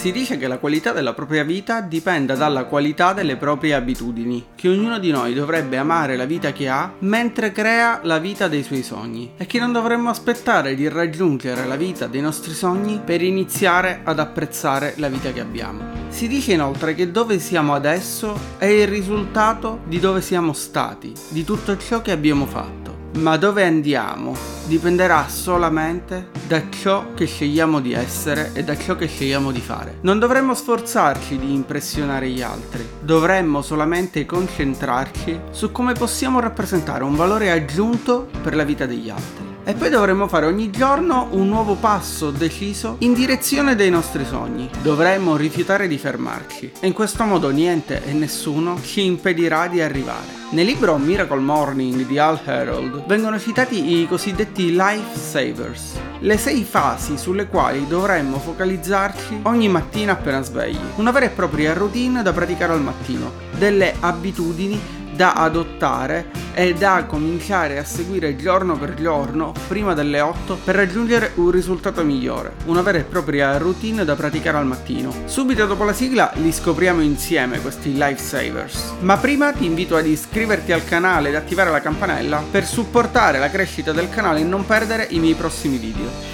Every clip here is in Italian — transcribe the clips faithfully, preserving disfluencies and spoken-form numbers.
Si dice che la qualità della propria vita dipenda dalla qualità delle proprie abitudini, che ognuno di noi dovrebbe amare la vita che ha mentre crea la vita dei suoi sogni e che non dovremmo aspettare di raggiungere la vita dei nostri sogni per iniziare ad apprezzare la vita che abbiamo. Si dice inoltre che dove siamo adesso è il risultato di dove siamo stati, di tutto ciò che abbiamo fatto. Ma dove andiamo dipenderà solamente da ciò che scegliamo di essere e da ciò che scegliamo di fare. Non dovremmo sforzarci di impressionare gli altri, dovremmo solamente concentrarci su come possiamo rappresentare un valore aggiunto per la vita degli altri. E poi dovremmo fare ogni giorno un nuovo passo deciso in direzione dei nostri sogni. Dovremmo rifiutare di fermarci e in questo modo niente e nessuno ci impedirà di arrivare. Nel libro Miracle Morning di Hal Herold vengono citati i cosiddetti Life Savers, le sei fasi sulle quali dovremmo focalizzarci ogni mattina appena svegli. Una vera e propria routine da praticare al mattino, delle abitudini da adottare e da cominciare a seguire giorno per giorno prima delle otto per raggiungere un risultato migliore. Una vera e propria routine da praticare al mattino. Subito dopo la sigla li scopriamo insieme questi Lifesavers. Ma prima ti invito ad iscriverti al canale ed attivare la campanella per supportare la crescita del canale e non perdere i miei prossimi video.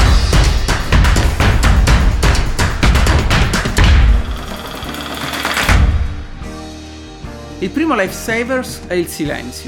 Il primo Lifesavers è il silenzio.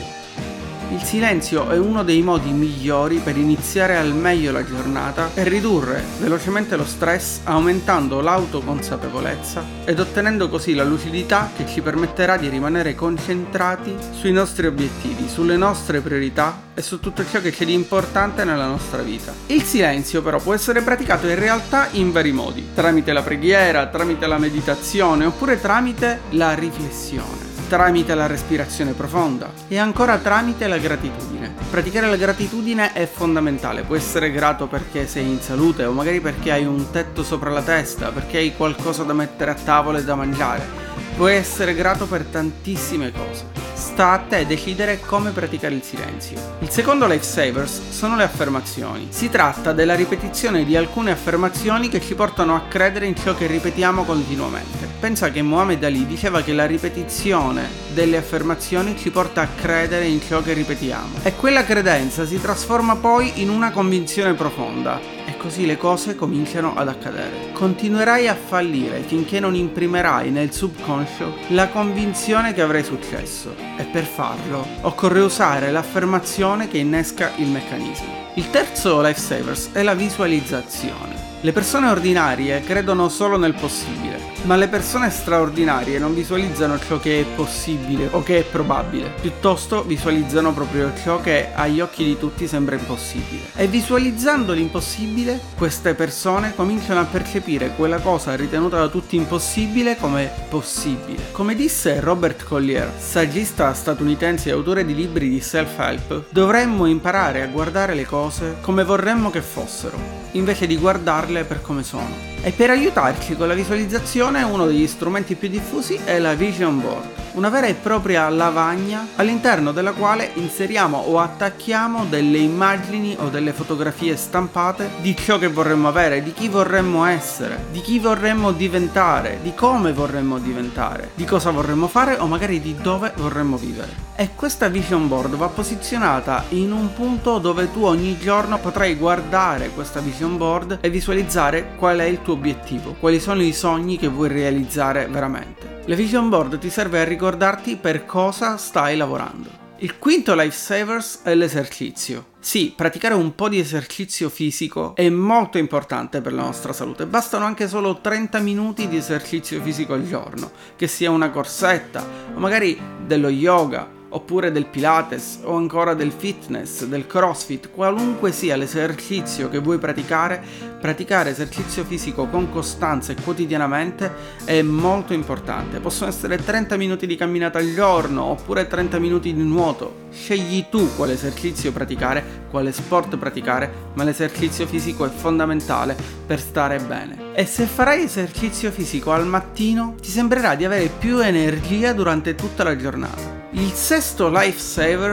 Il silenzio è uno dei modi migliori per iniziare al meglio la giornata e ridurre velocemente lo stress, aumentando l'autoconsapevolezza ed ottenendo così la lucidità che ci permetterà di rimanere concentrati sui nostri obiettivi, sulle nostre priorità e su tutto ciò che c'è di importante nella nostra vita. Il silenzio però può essere praticato in realtà in vari modi, tramite la preghiera, tramite la meditazione oppure tramite la riflessione, tramite la respirazione profonda e ancora tramite la gratitudine. Praticare la gratitudine è fondamentale, può essere grato perché sei in salute o magari perché hai un tetto sopra la testa, perché hai qualcosa da mettere a tavola e da mangiare. Puoi essere grato per tantissime cose. Sta a te decidere come praticare il silenzio. Il secondo Lifesavers sono le affermazioni. Si tratta della ripetizione di alcune affermazioni che ci portano a credere in ciò che ripetiamo continuamente. Pensa che Muhammad Ali diceva che la ripetizione delle affermazioni ci porta a credere in ciò che ripetiamo. E quella credenza si trasforma poi in una convinzione profonda. E così le cose cominciano ad accadere. Continuerai a fallire finché non imprimerai nel subconscio la convinzione che avrai successo. E per farlo occorre usare l'affermazione che innesca il meccanismo. Il terzo Lifesavers è la visualizzazione. Le persone ordinarie credono solo nel possibile, ma le persone straordinarie non visualizzano ciò che è possibile o che è probabile, piuttosto visualizzano proprio ciò che agli occhi di tutti sembra impossibile. E visualizzando l'impossibile, queste persone cominciano a percepire quella cosa ritenuta da tutti impossibile come possibile. Come disse Robert Collier, saggista statunitense e autore di libri di self-help, dovremmo imparare a guardare le cose come vorremmo che fossero, invece di guardarle per come sono. E per aiutarci con la visualizzazione uno degli strumenti più diffusi è la Vision Board, una vera e propria lavagna all'interno della quale inseriamo o attacchiamo delle immagini o delle fotografie stampate di ciò che vorremmo avere, di chi vorremmo essere, di chi vorremmo diventare, di come vorremmo diventare, di cosa vorremmo fare o magari di dove vorremmo vivere. E questa Vision Board va posizionata in un punto dove tu ogni giorno potrai guardare questa Vision Board e visualizzare qual è il tuo obiettivo, quali sono i sogni che vuoi realizzare veramente. La Vision Board ti serve a ricordarti per cosa stai lavorando. Il quinto Lifesavers è l'esercizio. Sì, praticare un po' di esercizio fisico è molto importante per la nostra salute. Bastano anche solo trenta minuti di esercizio fisico al giorno, che sia una corsetta o magari dello yoga, oppure del Pilates o ancora del fitness, del CrossFit, qualunque sia l'esercizio che vuoi praticare, praticare esercizio fisico con costanza e quotidianamente è molto importante. Possono essere trenta minuti di camminata al giorno oppure trenta minuti di nuoto. Scegli tu quale esercizio praticare, quale sport praticare, ma l'esercizio fisico è fondamentale per stare bene. E se farai esercizio fisico al mattino, ti sembrerà di avere più energia durante tutta la giornata. Il sesto Lifesavers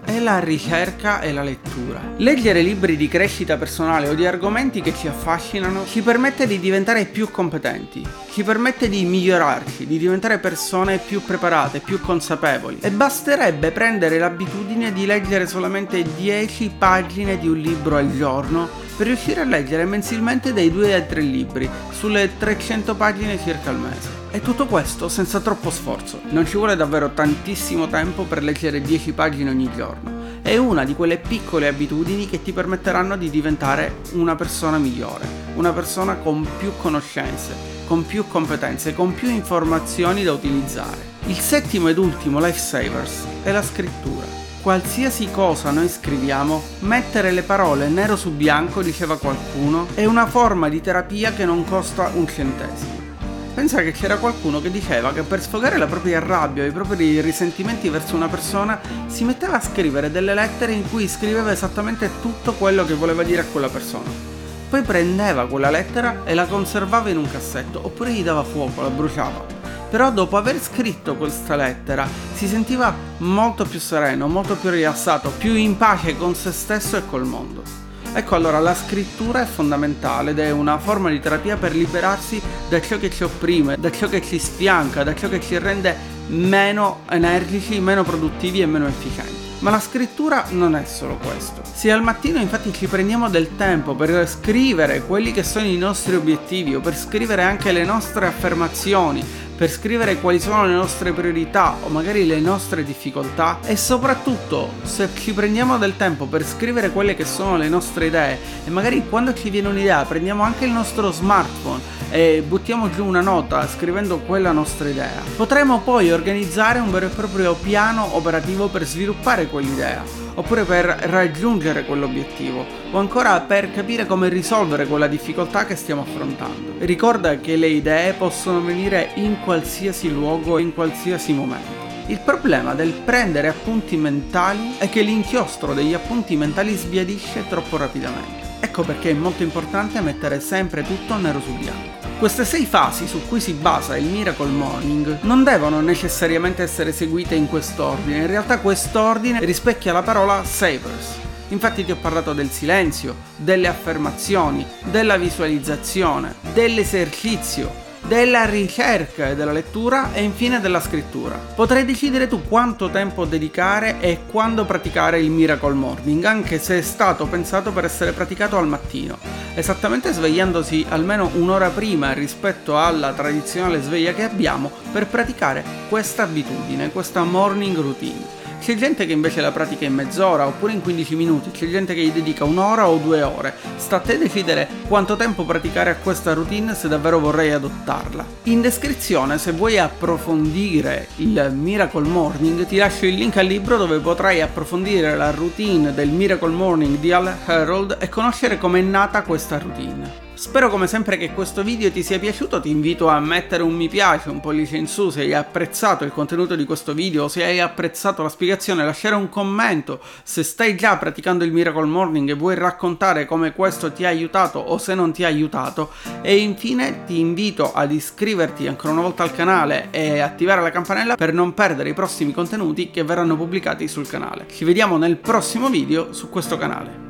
è la ricerca e la lettura. Leggere libri di crescita personale o di argomenti che ci affascinano ci permette di diventare più competenti, ci permette di migliorarci, di diventare persone più preparate, più consapevoli. E basterebbe prendere l'abitudine di leggere solamente dieci pagine di un libro al giorno per riuscire a leggere mensilmente dai due ai tre libri, sulle trecento pagine circa al mese. E tutto questo senza troppo sforzo. Non ci vuole davvero tantissimo tempo per leggere dieci pagine ogni giorno. È una di quelle piccole abitudini che ti permetteranno di diventare una persona migliore, una persona con più conoscenze, con più competenze, con più informazioni da utilizzare. Il settimo ed ultimo lifesavers è la scrittura. Qualsiasi cosa noi scriviamo, mettere le parole nero su bianco, diceva qualcuno, è una forma di terapia che non costa un centesimo. Pensa che c'era qualcuno che diceva che per sfogare la propria rabbia o i propri risentimenti verso una persona si metteva a scrivere delle lettere in cui scriveva esattamente tutto quello che voleva dire a quella persona. Poi prendeva quella lettera e la conservava in un cassetto, oppure gli dava fuoco, la bruciava. Però dopo aver scritto questa lettera si sentiva molto più sereno, molto più rilassato, più in pace con se stesso e col mondo. Ecco, allora la scrittura è fondamentale ed è una forma di terapia per liberarsi da ciò che ci opprime, da ciò che ci sfianca, da ciò che ci rende meno energici, meno produttivi e meno efficienti. Ma la scrittura non è solo questo. Se al mattino infatti ci prendiamo del tempo per scrivere quelli che sono i nostri obiettivi o per scrivere anche le nostre affermazioni, per scrivere quali sono le nostre priorità o magari le nostre difficoltà, e soprattutto se ci prendiamo del tempo per scrivere quelle che sono le nostre idee e magari quando ci viene un'idea prendiamo anche il nostro smartphone e buttiamo giù una nota scrivendo quella nostra idea, potremo poi organizzare un vero e proprio piano operativo per sviluppare quell'idea, oppure per raggiungere quell'obiettivo, o ancora per capire come risolvere quella difficoltà che stiamo affrontando. Ricorda che le idee possono venire in qualsiasi luogo e in qualsiasi momento. Il problema del prendere appunti mentali è che l'inchiostro degli appunti mentali sbiadisce troppo rapidamente. Ecco perché è molto importante mettere sempre tutto nero su bianco. Queste sei fasi su cui si basa il Miracle Morning non devono necessariamente essere seguite in quest'ordine, in realtà quest'ordine rispecchia la parola savers. Infatti ti ho parlato del silenzio, delle affermazioni, della visualizzazione, dell'esercizio, della ricerca e della lettura e infine della scrittura. Potrai decidere tu quanto tempo dedicare e quando praticare il Miracle Morning, anche se è stato pensato per essere praticato al mattino, esattamente svegliandosi almeno un'ora prima rispetto alla tradizionale sveglia che abbiamo per praticare questa abitudine, questa morning routine. C'è gente che invece la pratica in mezz'ora oppure in quindici minuti, c'è gente che gli dedica un'ora o due ore. Sta a te decidere quanto tempo praticare a questa routine se davvero vorrei adottarla. In descrizione, se vuoi approfondire il Miracle Morning, ti lascio il link al libro dove potrai approfondire la routine del Miracle Morning di Hal Herold e conoscere com'è nata questa routine. Spero come sempre che questo video ti sia piaciuto, ti invito a mettere un mi piace, un pollice in su se hai apprezzato il contenuto di questo video, se hai apprezzato la spiegazione, lasciare un commento se stai già praticando il Miracle Morning e vuoi raccontare come questo ti ha aiutato o se non ti ha aiutato, e infine ti invito ad iscriverti ancora una volta al canale e attivare la campanella per non perdere i prossimi contenuti che verranno pubblicati sul canale. Ci vediamo nel prossimo video su questo canale.